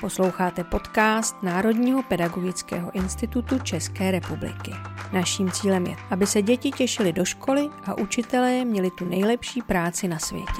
Posloucháte podcast Národního pedagogického institutu České republiky. Naším cílem je, aby se děti těšily do školy a učitelé měli tu nejlepší práci na světě.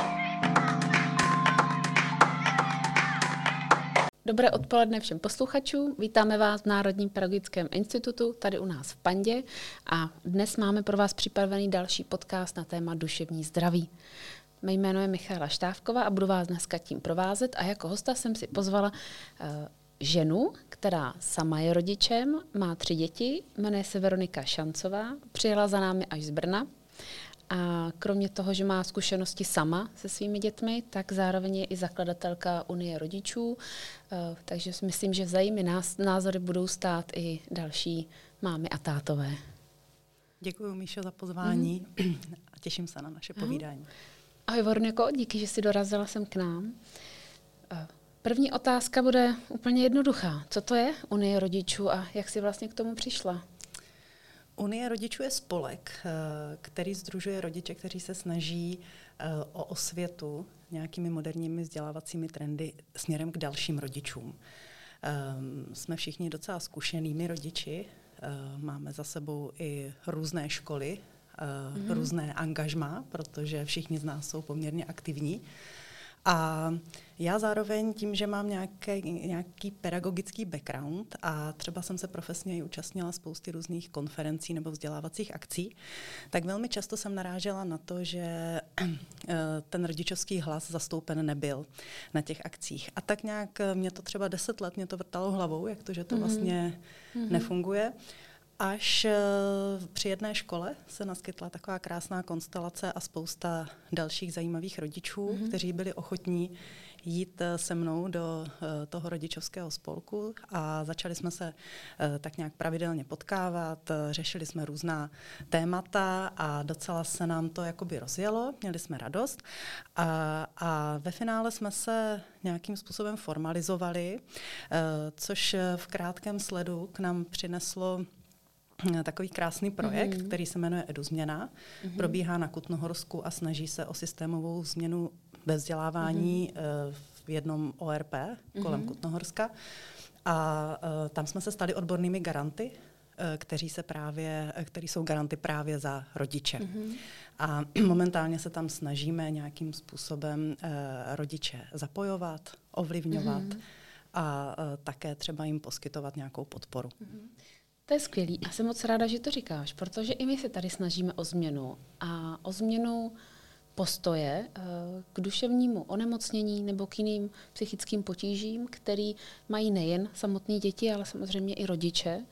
Dobré odpoledne všem posluchačům. Vítáme vás v Národním pedagogickém institutu, tady u nás v Pandě. A dnes máme pro vás připravený další podcast na téma duševní zdraví. Mé jméno je Michaela Štávková a budu vás dneska tím provázet. A jako hosta jsem si pozvala ženu, která sama je rodičem, má 3 děti, jmenuje se Veronika Šancová, přijela za námi až z Brna. A kromě toho, že má zkušenosti sama se svými dětmi, tak zároveň je i zakladatelka Unie rodičů, takže si myslím, že za jejími názory budou stát i další mámy a tátové. Děkuji, Míšo, za pozvání a těším se na naše povídání. Ahoj, Veroniko, díky, že jsi dorazila sem k nám. První otázka bude úplně jednoduchá. Co to je Unie rodičů a jak jsi vlastně k tomu přišla? Unie rodičů je spolek, který sdružuje rodiče, kteří se snaží o osvětu nějakými moderními vzdělávacími trendy směrem k dalším rodičům. Jsme všichni docela zkušenými rodiči, máme za sebou i různé školy, různé angažmá, protože všichni z nás jsou poměrně aktivní. A já zároveň tím, že mám nějaký pedagogický background a třeba jsem se profesně i účastnila spousty různých konferencí nebo vzdělávacích akcí, tak velmi často jsem narážela na to, že ten rodičovský hlas zastoupen nebyl na těch akcích. A tak nějak mě to třeba 10 let mě to vrtalo hlavou, jak to, že to vlastně nefunguje. Až při jedné škole se naskytla taková krásná konstelace a spousta dalších zajímavých rodičů, kteří byli ochotní jít se mnou do toho rodičovského spolku a začali jsme se tak nějak pravidelně potkávat, řešili jsme různá témata a docela se nám to jakoby rozjelo, měli jsme radost a ve finále jsme se nějakým způsobem formalizovali, což v krátkém sledu k nám přineslo takový krásný projekt, který se jmenuje EduZměna. Probíhá na Kutnohorsku a snaží se o systémovou změnu ve vzdělávání v jednom ORP kolem Kutnohorska. A tam jsme se stali odbornými garanty, kteří jsou garanty právě za rodiče. A momentálně se tam snažíme nějakým způsobem rodiče zapojovat, ovlivňovat a také třeba jim poskytovat nějakou podporu. To je skvělý a jsem moc ráda, že to říkáš, protože i my se tady snažíme o změnu a o změnu postoje k duševnímu onemocnění nebo k jiným psychickým potížím, který mají nejen samotné děti, ale samozřejmě i rodiče.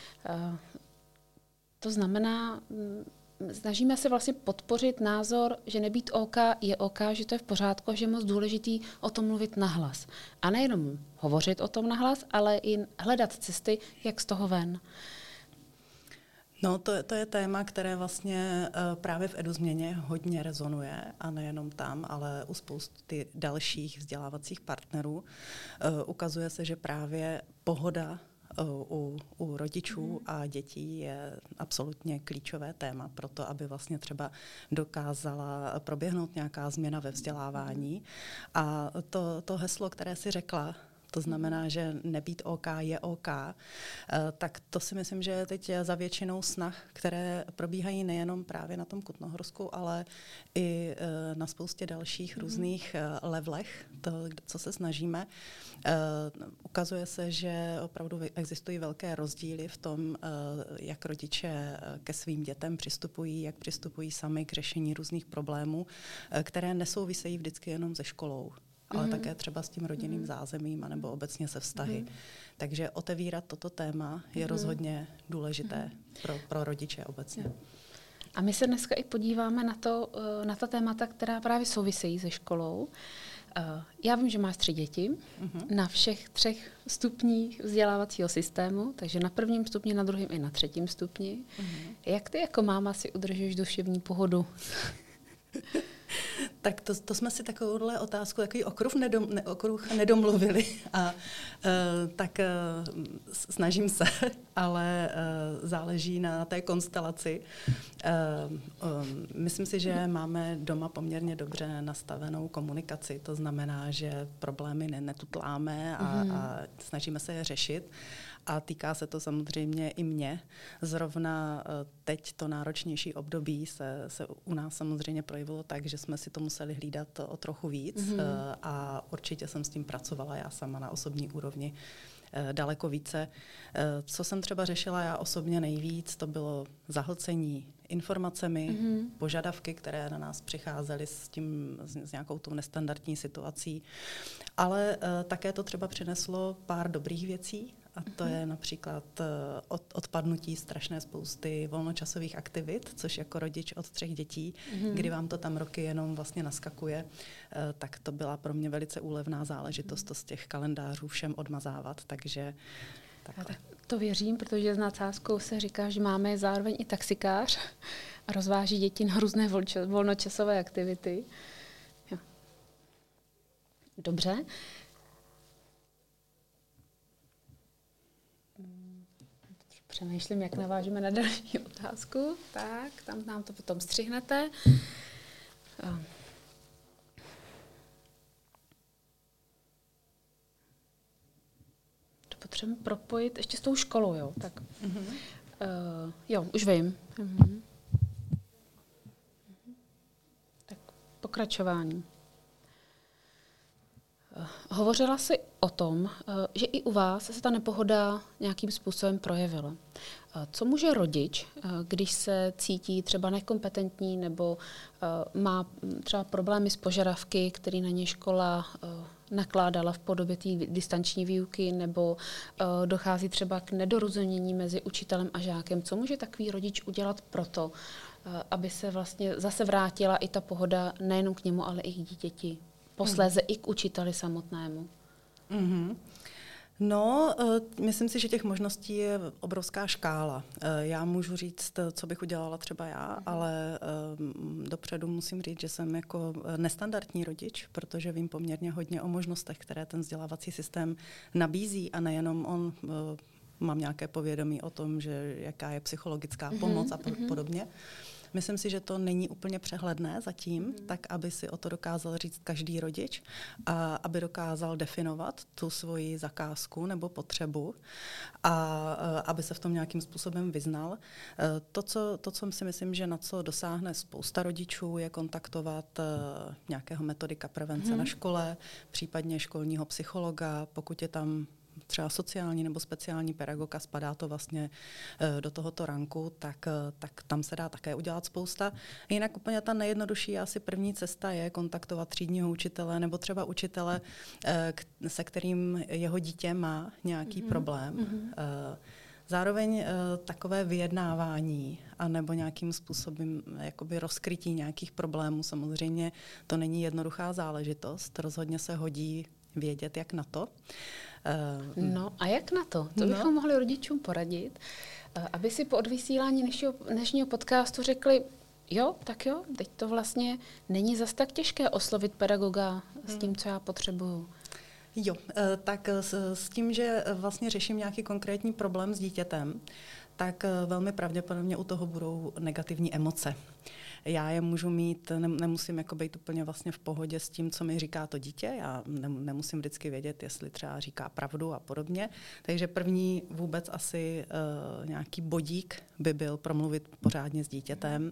To znamená, snažíme se vlastně podpořit názor, že nebýt OK je OK, že to je v pořádku a že je moc důležitý o tom mluvit nahlas. A nejenom hovořit o tom nahlas, ale i hledat cesty, jak z toho ven. No, to je téma, které právě v EduZměně hodně rezonuje a nejenom tam, ale u spousty dalších vzdělávacích partnerů. Ukazuje se, že právě pohoda u rodičů a dětí je absolutně klíčové téma pro to, aby vlastně třeba dokázala proběhnout nějaká změna ve vzdělávání. A to heslo, které si řekla, to znamená, že nebýt OK je OK, tak to si myslím, že je teď za většinou snah, které probíhají nejenom právě na tom Kutnohorsku, ale i na spoustě dalších různých levelech, to, co se snažíme. Ukazuje se, že opravdu existují velké rozdíly v tom, jak rodiče ke svým dětem přistupují, jak přistupují sami k řešení různých problémů, které nesouvisejí vždycky jenom se školou, ale také třeba s tím rodinným zázemím anebo obecně se vztahy. Takže otevírat toto téma je rozhodně důležité pro rodiče obecně. A my se dneska i podíváme na ta témata, která právě souvisejí se školou. Já vím, že máš 3 děti na všech 3 stupních vzdělávacího systému, takže na 1. stupni, na 2. i na 3. stupni. Jak ty jako máma si udržuješ duševní pohodu? Tak to jsme si takovouhle otázku, takový okruh nedomluvili. Tak snažím se, ale záleží na té konstelaci. Myslím si, že máme doma poměrně dobře nastavenou komunikaci. To znamená, že problémy netutláme a snažíme se je řešit. A týká se to samozřejmě i mě. Zrovna teď to náročnější období se u nás samozřejmě projevilo tak, že jsme si to museli hlídat o trochu víc a určitě jsem s tím pracovala já sama na osobní úrovni daleko více. Co jsem třeba řešila já osobně nejvíc, to bylo zahlcení informacemi, požadavky, které na nás přicházely s nějakou tou nestandardní situací, ale také to třeba přineslo pár dobrých věcí, a to je například odpadnutí strašné spousty volnočasových aktivit, což jako rodič od 3 dětí, kdy vám to tam roky jenom vlastně naskakuje, tak to byla pro mě velice úlevná záležitost to z těch kalendářů všem odmazávat, takže takhle. To věřím, protože s nadsázkou se říká, že máme zároveň i taxikář a rozváží děti na různé volnočasové aktivity. Jo. Dobře. Přemýšlím, jak navážeme na další otázku. Tak, tam nám to potom střihnete. To potřebujeme propojit ještě s tou školou, jo? Tak, jo, už vím. Tak, pokračování. Hovořila jsi o tom, že i u vás se ta nepohoda nějakým způsobem projevila. Co může rodič, když se cítí třeba nekompetentní nebo má třeba problémy s požadavky, které na ně škola nakládala v podobě té distanční výuky, nebo dochází třeba k nedorozumění mezi učitelem a žákem? Co může takový rodič udělat proto, aby se vlastně zase vrátila i ta pohoda nejenom k němu, ale i k dítěti? Posléze i k učiteli samotnému. No, myslím si, že těch možností je obrovská škála. Já můžu říct, co bych udělala třeba já, ale dopředu musím říct, že jsem jako nestandardní rodič, protože vím poměrně hodně o možnostech, které ten vzdělávací systém nabízí a nejenom on. Mám nějaké povědomí o tom, že jaká je psychologická pomoc a podobně. Myslím si, že to není úplně přehledné zatím, tak aby si o to dokázal říct každý rodič a aby dokázal definovat tu svoji zakázku nebo potřebu a aby se v tom nějakým způsobem vyznal. To, co si myslím, že na co dosáhne spousta rodičů, je kontaktovat nějakého metodika prevence na škole, případně školního psychologa, pokud je tam třeba sociální nebo speciální pedagog a spadá to vlastně do tohoto ranku, tak tam se dá také udělat spousta. Jinak úplně ta nejjednodušší asi první cesta je kontaktovat třídního učitele nebo třeba učitele, se kterým jeho dítě má nějaký problém. Zároveň takové vyjednávání anebo nějakým způsobem jakoby rozkrytí nějakých problémů, samozřejmě to není jednoduchá záležitost, rozhodně se hodí vědět, jak na to. No a jak na to? To bychom mohli rodičům poradit, aby si po odvysílání dnešního podcastu řekli, jo, tak jo, teď to vlastně není zas tak těžké oslovit pedagoga s tím, co já potřebuju. Jo, tak s tím, že vlastně řeším nějaký konkrétní problém s dítětem, tak velmi pravděpodobně u toho budou negativní emoce. Já je můžu mít, nemusím jako být úplně vlastně v pohodě s tím, co mi říká to dítě. Já nemusím vždycky vědět, jestli třeba říká pravdu a podobně. Takže první vůbec asi nějaký bodík by byl promluvit pořádně s dítětem.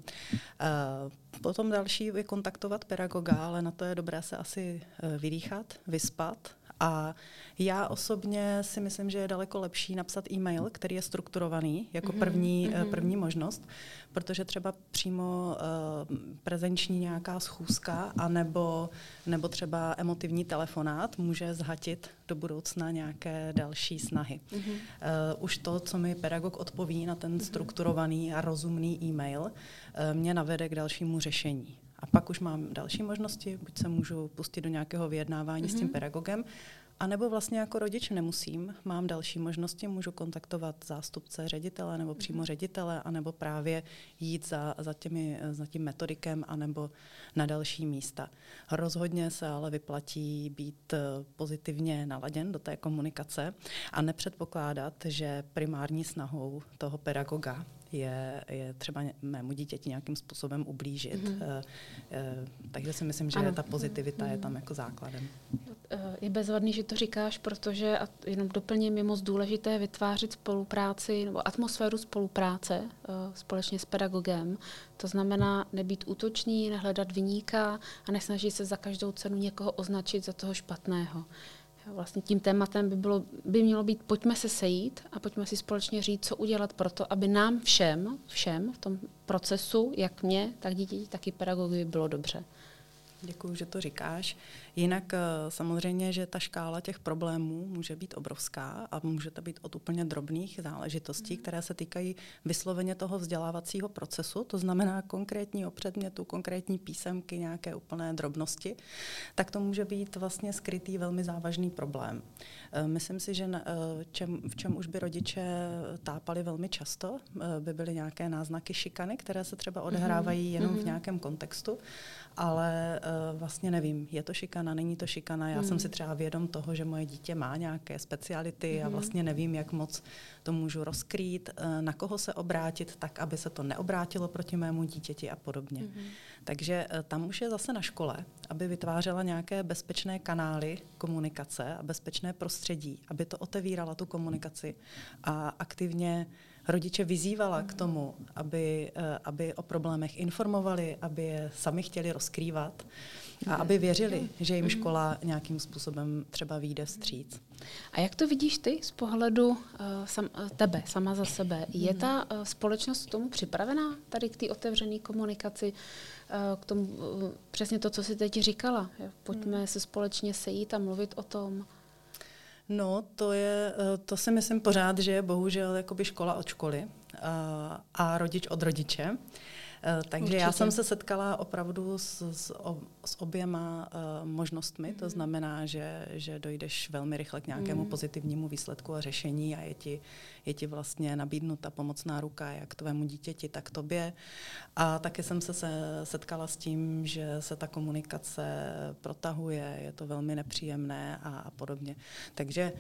Potom další je kontaktovat pedagoga, ale na to je dobré se asi vydýchat, vyspat. A já osobně si myslím, že je daleko lepší napsat e-mail, který je strukturovaný jako první možnost, protože třeba přímo prezenční nějaká schůzka nebo třeba emotivní telefonát může zhatit do budoucna nějaké další snahy. Už to, co mi pedagog odpoví na ten strukturovaný a rozumný e-mail, mě navede k dalšímu řešení. A pak už mám další možnosti, buď se můžu pustit do nějakého vyjednávání s tím pedagogem, A nebo vlastně jako rodič nemusím, mám další možnosti, můžu kontaktovat zástupce ředitele nebo přímo ředitele, anebo právě jít za tím metodikem anebo na další místa. Rozhodně se ale vyplatí být pozitivně naladěn do té komunikace a nepředpokládat, že primární snahou toho pedagoga je třeba mému dítěti nějakým způsobem ublížit. Takže si myslím, že ta pozitivita je tam jako základem. Je bezvadný, že to říkáš, protože, a jenom doplním, je moc důležité vytvářet spolupráci nebo atmosféru spolupráce společně s pedagogem. To znamená nebýt útočný, nehledat viníka a nesnažit se za každou cenu někoho označit za toho špatného. Vlastně tím tématem by mělo být, pojďme se sejít a pojďme si společně říct, co udělat pro to, aby nám všem v tom procesu, jak mě, tak dítěti, tak i pedagogovi bylo dobře. Děkuju, že to říkáš. Jinak samozřejmě, že ta škála těch problémů může být obrovská a může to být od úplně drobných záležitostí, které se týkají vysloveně toho vzdělávacího procesu, to znamená konkrétního předmětu, konkrétní písemky, nějaké úplné drobnosti, tak to může být vlastně skrytý velmi závažný problém. Myslím si, že v čem už by rodiče tápali velmi často, by byly nějaké náznaky šikany, které se třeba odehrávají jenom v nějakém kontextu, ale vlastně nevím, je to šikana, není to šikana. Já jsem si třeba vědom toho, že moje dítě má nějaké speciality a vlastně nevím, jak moc to můžu rozkrýt, na koho se obrátit, tak, aby se to neobrátilo proti mému dítěti a podobně. Takže tam už je zase na škole, aby vytvářela nějaké bezpečné kanály komunikace a bezpečné prostředí, aby to otevírala tu komunikaci a aktivně rodiče vyzývala k tomu, aby o problémech informovali, aby je sami chtěli rozkrývat a aby věřili, že jim škola nějakým způsobem třeba vyjde vstříc. A jak to vidíš ty z pohledu tebe, sama za sebe? Je ta společnost k tomu připravená, tady k té otevřené komunikaci, k tomu přesně to, co jsi teď říkala? Pojďme se společně sejít a mluvit o tom. No, to si myslím pořád, že je bohužel jakoby škola od školy a rodič od rodiče. Takže určitě. Já jsem se setkala opravdu s oběma možnostmi, to znamená, že dojdeš velmi rychle k nějakému pozitivnímu výsledku a řešení a je ti vlastně nabídnuta pomocná ruka jak tvému dítěti, tak tobě. A taky jsem se setkala s tím, že se ta komunikace protahuje, je to velmi nepříjemné a podobně. Takže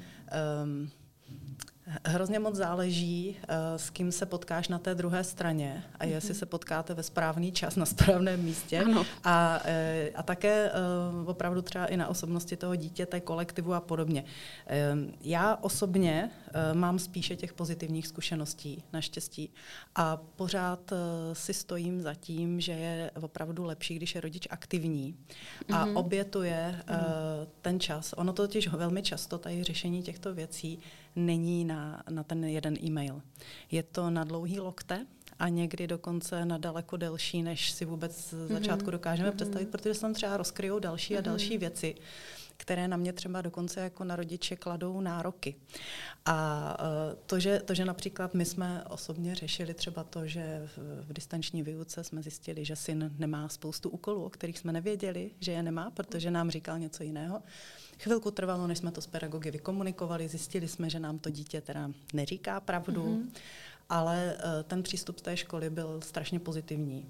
hrozně moc záleží, s kým se potkáš na té druhé straně a jestli se potkáte ve správný čas na správném místě. Ano. A také opravdu třeba i na osobnosti toho dítěte, kolektivu a podobně. Já osobně mám spíše těch pozitivních zkušeností, naštěstí. A pořád si stojím za tím, že je opravdu lepší, když je rodič aktivní a obětuje ten čas. Ono totiž velmi často tady řešení těchto věcí není na ten jeden e-mail. Je to na dlouhý lokte a někdy dokonce na daleko delší, než si vůbec z začátku dokážeme představit, protože se tam třeba rozkryjou další a další věci, které na mě třeba dokonce jako na rodiče kladou nároky. A to, že například my jsme osobně řešili třeba to, že v distanční výuce jsme zjistili, že syn nemá spoustu úkolů, o kterých jsme nevěděli, že je nemá, protože nám říkal něco jiného. Chvilku trvalo, než jsme to s pedagogy vykomunikovali, zjistili jsme, že nám to dítě teda neříká pravdu, ale ten přístup té školy byl strašně pozitivní.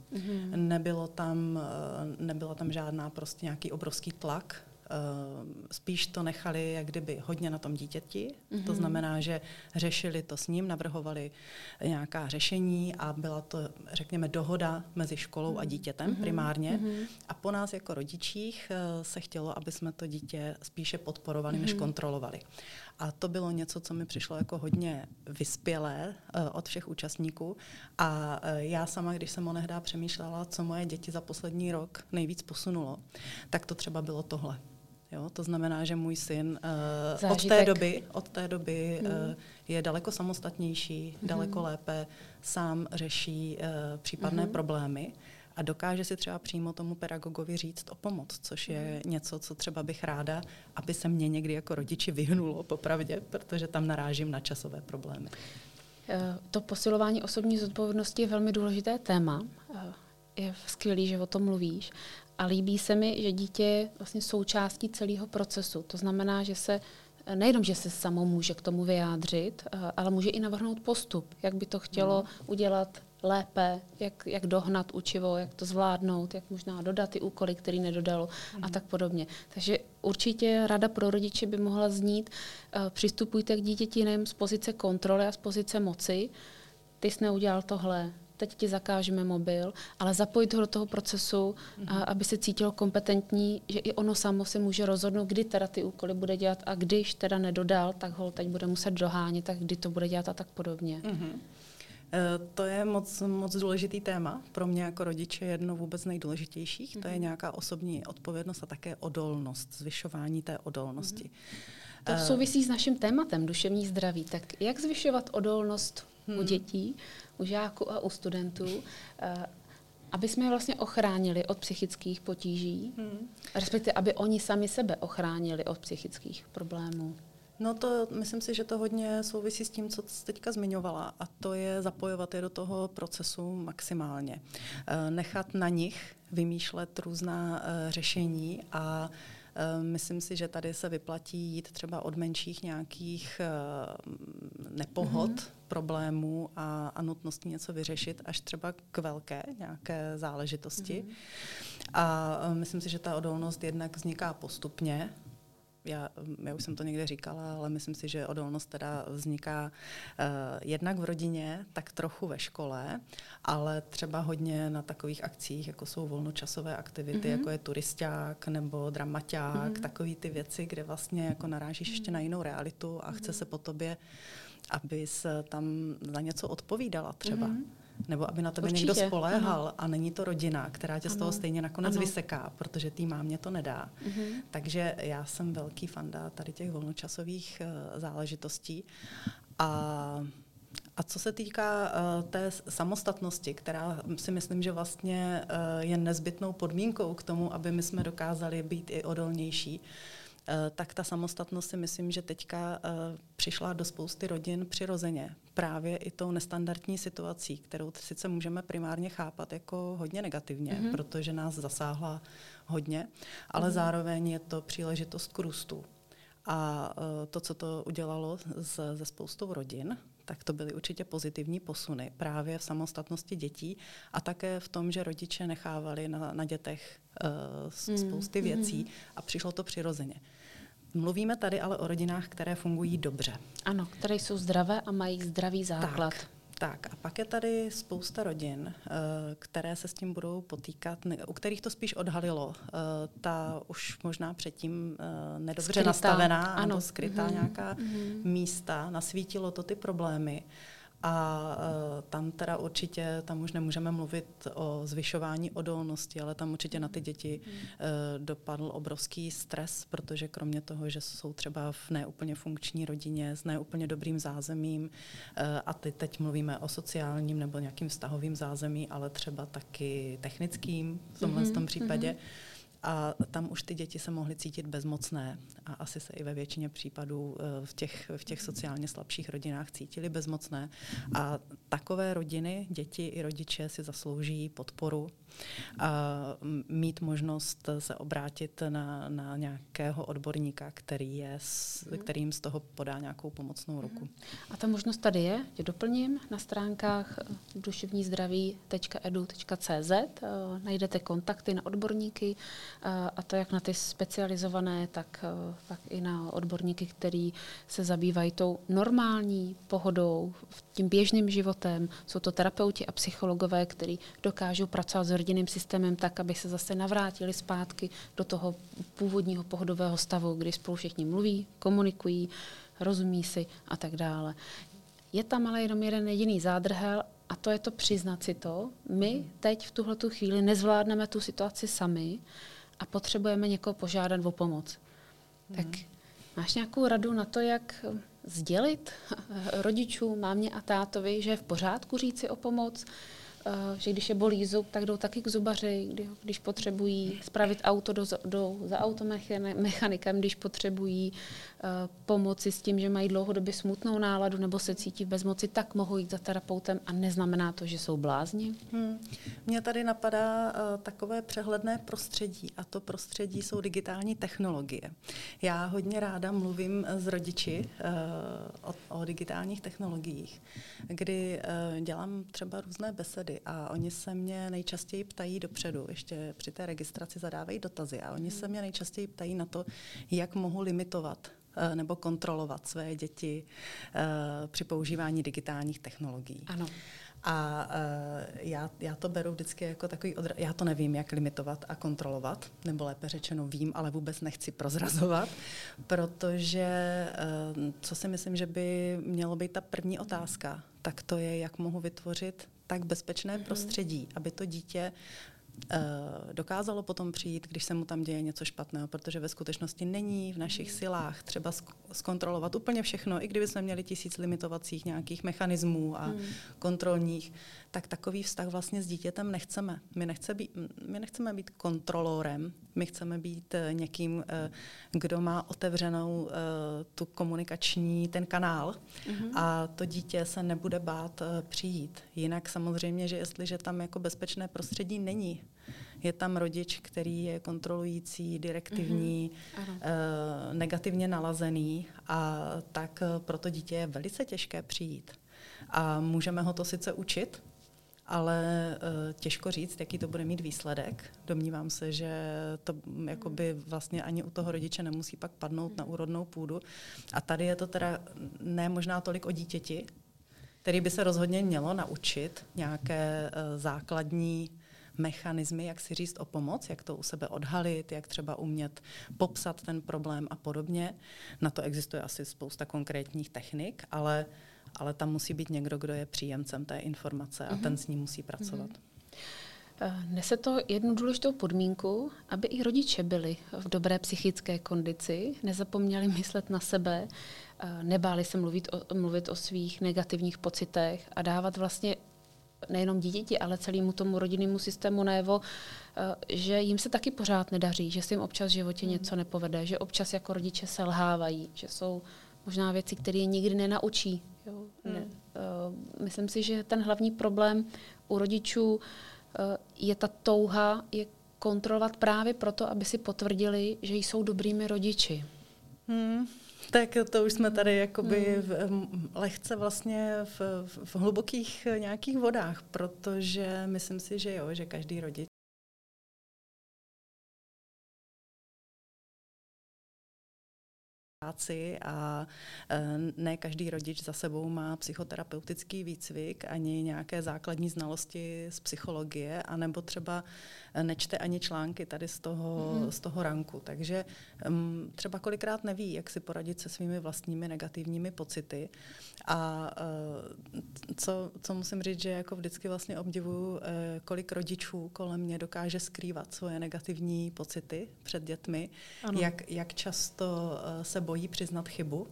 Nebyla tam žádná prostě nějaký obrovský tlak, spíš to nechali jak kdyby hodně na tom dítěti. To znamená, že řešili to s ním, navrhovali nějaká řešení a byla to, řekněme, dohoda mezi školou a dítětem primárně. A po nás jako rodičích se chtělo, aby jsme to dítě spíše podporovali, než kontrolovali. A to bylo něco, co mi přišlo jako hodně vyspělé od všech účastníků. A já sama, když jsem onehdá přemýšlela, co moje děti za poslední rok nejvíc posunulo, tak to třeba bylo tohle. Jo, to znamená, že můj syn od té doby je daleko samostatnější, daleko lépe sám řeší případné problémy a dokáže si třeba přímo tomu pedagogovi říct o pomoc, což je něco, co třeba bych ráda, aby se mě někdy jako rodiči vyhnulo popravdě, protože tam narážím na časové problémy. To posilování osobní zodpovědnosti je velmi důležité téma. Je skvělý, že o tom mluvíš. A líbí se mi, že dítě je vlastně součástí celého procesu. To znamená, že se nejenom, že se samo může k tomu vyjádřit, ale může i navrhnout postup, jak by to chtělo udělat lépe, jak dohnat učivo, jak to zvládnout, jak možná dodat ty úkoly, který nedodalo a tak podobně. Takže určitě rada pro rodiče by mohla znít, přistupujte k dítěti nejen z pozice kontroly a z pozice moci, ty jsi neudělal tohle, teď ti zakážeme mobil, ale zapojit ho do toho procesu, aby se cítilo kompetentní, že i ono samo si může rozhodnout, kdy teda ty úkoly bude dělat a když teda nedodal, tak ho teď bude muset dohánět, tak kdy to bude dělat a tak podobně. To je moc důležitý téma. Pro mě jako rodiče jedno vůbec nejdůležitějších. To je nějaká osobní odpovědnost a také odolnost, zvyšování té odolnosti. To souvisí s naším tématem duševní zdraví. Tak jak zvyšovat odolnost u dětí, u žáků a u studentů, aby jsme je vlastně ochránili od psychických potíží, respektive aby oni sami sebe ochránili od psychických problémů? No to myslím si, že to hodně souvisí s tím, co jsi teďka zmiňovala, a to je zapojovat je do toho procesu maximálně. Nechat na nich vymýšlet různá řešení a myslím si, že tady se vyplatí jít třeba od menších nějakých nepohod, problémů a nutností něco vyřešit až třeba k velké nějaké záležitosti. A myslím si, že ta odolnost jednak vzniká postupně. Já už jsem to někde říkala, ale myslím si, že odolnost teda vzniká jednak v rodině, tak trochu ve škole, ale třeba hodně na takových akcích, jako jsou volnočasové aktivity, jako je turisták nebo dramaťák, takový ty věci, kde vlastně jako narážíš ještě na jinou realitu a chce se po tobě, abys tam za něco odpovídala třeba. Nebo aby na tebe někdo spoléhal a není to rodina, která tě z toho stejně nakonec vyseká, protože tý mámě to nedá. Takže já jsem velký fanda tady těch volnočasových záležitostí. A co se týká té samostatnosti, která si myslím, že vlastně je nezbytnou podmínkou k tomu, aby my jsme dokázali být i odolnější, tak ta samostatnost si myslím, že teďka přišla do spousty rodin přirozeně. Právě i tou nestandardní situací, kterou sice můžeme primárně chápat jako hodně negativně, protože nás zasáhla hodně, ale zároveň je to příležitost k růstu. A to, co to udělalo ze spoustou rodin, tak to byly určitě pozitivní posuny právě v samostatnosti dětí a také v tom, že rodiče nechávali na dětech spousty věcí a přišlo to přirozeně. Mluvíme tady ale o rodinách, které fungují dobře. Ano, které jsou zdravé a mají zdravý základ. Tak a pak je tady spousta rodin, které se s tím budou potýkat, u kterých to spíš odhalilo. Ta už možná předtím nedobře nastavená nebo skrytá nějaká místa, nasvítilo to ty problémy. A tam teda určitě, tam už nemůžeme mluvit o zvyšování odolnosti, ale tam určitě na ty děti dopadl obrovský stres, protože kromě toho, že jsou třeba v neúplně funkční rodině s neúplně dobrým zázemím, a teď mluvíme o sociálním nebo nějakým vztahovým zázemí, ale třeba taky technickým v tomhle tom případě, a tam už ty děti se mohly cítit bezmocné a asi se i ve většině případů v těch sociálně slabších rodinách cítili bezmocné. A takové rodiny, děti i rodiče si zaslouží podporu a mít možnost se obrátit na nějakého odborníka, kterým z toho podá nějakou pomocnou ruku. A ta možnost tady je, že doplním na stránkách duševnizdraví.edu.cz najdete kontakty na odborníky, a to jak na ty specializované, tak i na odborníky, kteří se zabývají tou normální pohodou, tím běžným životem. Jsou to terapeuti a psychologové, kteří dokážou pracovat s rodinným systémem tak, aby se zase navrátili zpátky do toho původního pohodového stavu, kdy spolu všichni mluví, komunikují, rozumí si a tak dále. Je tam ale jenom jeden jediný zádrhel, a to je to přiznat si to. My teď v tuhletu chvíli nezvládneme tu situaci sami a potřebujeme někoho požádat o pomoc. Tak máš nějakou radu na to, jak sdělit rodičům, mámě a tátovi, že je v pořádku říct si o pomoc, že když je bolí zub, tak jdou taky k zubaři, když potřebují spravit auto, jdou za automechanikem, když potřebují pomoci s tím, že mají dlouhodobě smutnou náladu nebo se cítí v bezmoci, tak mohou jít za terapeutem a neznamená to, že jsou blázni. Mně tady napadá takové přehledné prostředí a to prostředí jsou digitální technologie. Já hodně ráda mluvím s rodiči o digitálních technologiích, kdy dělám třeba různé besedy a oni se mě nejčastěji ptají dopředu, ještě při té registraci zadávají dotazy a oni se mě nejčastěji ptají na to, jak mohu limitovat nebo kontrolovat své děti při používání digitálních technologií. Ano. A já to beru vždycky jako takový já to nevím, jak limitovat a kontrolovat, nebo lépe řečeno vím, ale vůbec nechci prozrazovat, protože co si myslím, že by mělo být ta první otázka, tak to je, jak mohu vytvořit tak bezpečné prostředí, aby to dítě dokázalo potom přijít, když se mu tam děje něco špatného, protože ve skutečnosti není v našich silách třeba zkontrolovat úplně všechno, i kdyby jsme měli 1000 limitovacích nějakých mechanismů a kontrolních, tak takový vztah vlastně s dítětem nechceme. My nechceme být kontrolorem, my chceme být někým, kdo má otevřenou tu komunikační, ten kanál a to dítě se nebude bát přijít. Jinak samozřejmě, že jestliže tam jako bezpečné prostředí není, je tam rodič, který je kontrolující, direktivní, negativně nalazený a tak pro to dítě je velice těžké přijít. A můžeme ho to sice učit, ale těžko říct, jaký to bude mít výsledek. Domnívám se, že to jakoby vlastně ani u toho rodiče nemusí pak padnout na úrodnou půdu. A tady je to teda ne možná tolik o dítěti, který by se rozhodně mělo naučit nějaké základní mechanismy, jak si říct o pomoc, jak to u sebe odhalit, jak třeba umět popsat ten problém a podobně. Na to existuje asi spousta konkrétních technik, ale tam musí být někdo, kdo je příjemcem té informace a ten s ní musí pracovat. Nese to jednu důležitou podmínku, aby i rodiče byli v dobré psychické kondici, nezapomněli myslet na sebe, nebáli se mluvit o svých negativních pocitech a dávat vlastně nejenom dítěti, ale celému tomu rodinnému systému najevo, že jim se taky pořád nedaří, že se jim občas v životě něco nepovede, že občas jako rodiče selhávají, že jsou možná věci, které je nikdy nenaučí. Jo? Myslím si, že ten hlavní problém u rodičů je ta touha je kontrolovat právě proto, aby si potvrdili, že jsou dobrými rodiči. Tak to už jsme tady jakoby lehce vlastně v hlubokých nějakých vodách, protože myslím si, že jo, že každý rodič a ne každý rodič za sebou má psychoterapeutický výcvik ani nějaké základní znalosti z psychologie, anebo třeba nečte ani články tady z toho ranku. Takže třeba kolikrát neví, jak si poradit se svými vlastními negativními pocity. A co musím říct, že jako vždycky vlastně obdivuju, kolik rodičů kolem mě dokáže skrývat svoje negativní pocity před dětmi, jak často se bojí přiznat chybu.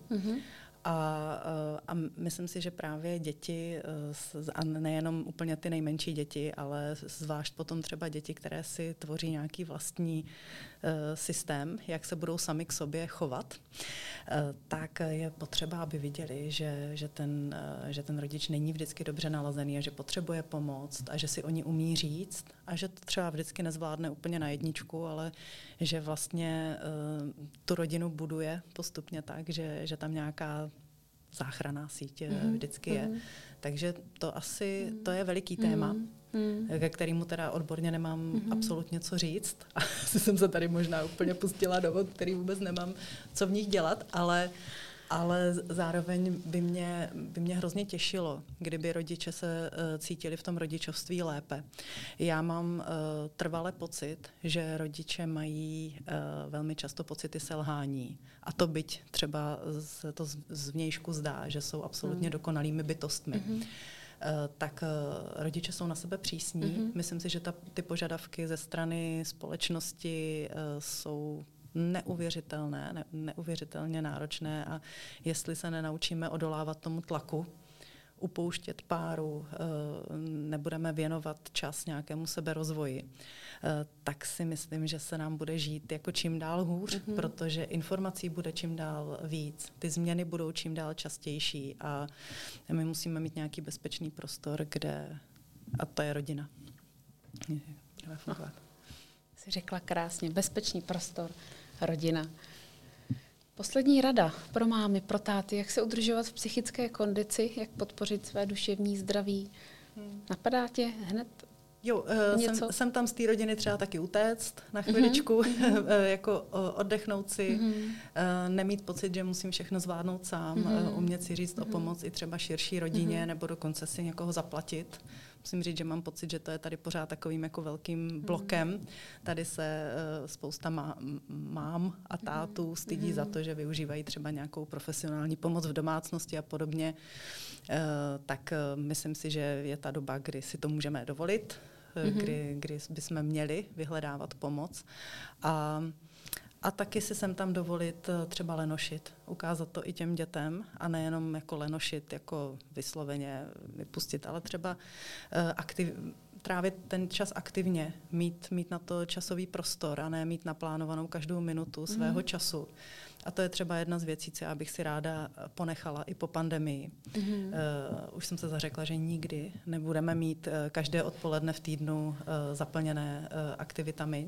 A myslím si, že právě děti, a nejenom úplně ty nejmenší děti, ale zvlášť potom třeba děti, které si tvoří nějaký vlastní systém, jak se budou sami k sobě chovat, tak je potřeba, aby viděli, že ten rodič není vždycky dobře nalazený a že potřebuje pomoct a že si oni umí říct a že to třeba vždycky nezvládne úplně na jedničku, ale že vlastně tu rodinu buduje postupně tak, že tam nějaká záchranná síť vždycky je. Takže to je veliký téma, ke kterému teda odborně nemám absolutně co říct. Asi jsem se tady možná úplně pustila do vod, který vůbec nemám co v nich dělat, ale zároveň by mě hrozně těšilo, kdyby rodiče se cítili v tom rodičovství lépe. Já mám trvale pocit, že rodiče mají velmi často pocity selhání. A to byť třeba se to zvnějšku zdá, že jsou absolutně dokonalými bytostmi. Tak rodiče jsou na sebe přísní. Myslím si, že ty požadavky ze strany společnosti jsou neuvěřitelně náročné a jestli se nenaučíme odolávat tomu tlaku upouštět páru, nebudeme věnovat čas nějakému seberozvoji, tak si myslím, že se nám bude žít jako čím dál hůř, protože informací bude čím dál víc, ty změny budou čím dál častější a my musíme mít nějaký bezpečný prostor, a to je rodina. Bude fungovat. Jsi řekla krásně, bezpečný prostor, rodina. Poslední rada pro mámy, pro táty, jak se udržovat v psychické kondici, jak podpořit své duševní zdraví. Napadá tě hned Jo, něco? jsem tam z té rodiny třeba taky utéct na chviličku, jako oddechnout si, nemít pocit, že musím všechno zvládnout sám, umět si říct o pomoc i třeba širší rodině, nebo dokonce si někoho zaplatit. Musím říct, že mám pocit, že to je tady pořád takovým jako velkým blokem. Tady se spousta mám a tátů stydí za to, že využívají třeba nějakou profesionální pomoc v domácnosti a podobně. Tak myslím si, že je ta doba, kdy si to můžeme dovolit, kdy bychom měli vyhledávat pomoc. A taky si sem tam dovolit třeba lenošit, ukázat to i těm dětem a nejenom jako lenošit, jako vysloveně vypustit, ale třeba trávit ten čas aktivně, mít na to časový prostor a ne mít naplánovanou každou minutu svého času. A to je třeba jedna z věcí, co já bych si ráda ponechala i po pandemii. Už jsem se zařekla, že nikdy nebudeme mít každé odpoledne v týdnu zaplněné aktivitami,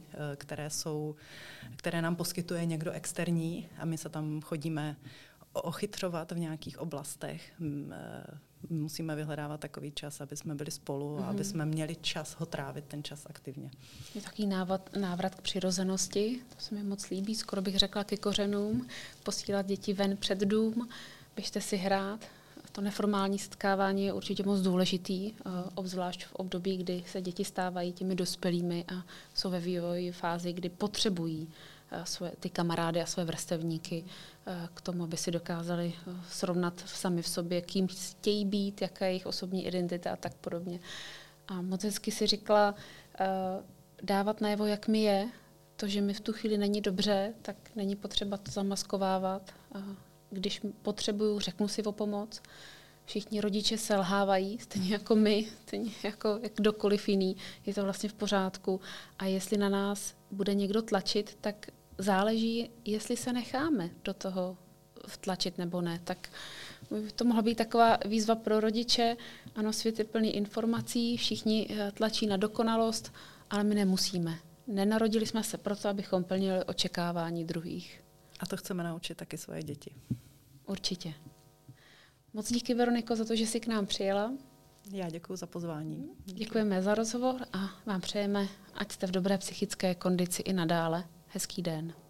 které nám poskytuje někdo externí a my se tam chodíme ochytřovat v nějakých oblastech. Musíme vyhledávat takový čas, aby jsme byli spolu a aby jsme měli čas ho trávit, ten čas aktivně. Je takový návrat k přirozenosti, to se mi moc líbí, skoro bych řekla ke kořenům, posílat děti ven před dům, běžte si hrát. To neformální setkávání je určitě moc důležitý, obzvlášť v období, kdy se děti stávají těmi dospělými a jsou ve vývoji fázi, kdy potřebují ty kamarády a své vrstevníky k tomu, aby si dokázali srovnat sami v sobě, kým chtějí být, jaká je jejich osobní identita a tak podobně. A moc hezky si řekla, dávat najevo, jak mi je, to, že mi v tu chvíli není dobře, tak není potřeba to zamaskovávat. Když potřebuju, řeknu si o pomoc. Všichni rodiče selhávají, stejně jako my, stejně jako kdokoliv jiný. Je to vlastně v pořádku. A jestli na nás bude někdo tlačit, tak záleží, jestli se necháme do toho vtlačit nebo ne. Tak to mohla být taková výzva pro rodiče. Ano, svět je plný informací, všichni tlačí na dokonalost, ale my nemusíme. Nenarodili jsme se proto, abychom plnili očekávání druhých. A to chceme naučit taky svoje děti. Určitě. Moc díky, Veroniko, za to, že jsi k nám přijela. Já děkuji za pozvání. Děkujeme za rozhovor a vám přejeme, ať jste v dobré psychické kondici i nadále. Hezký den.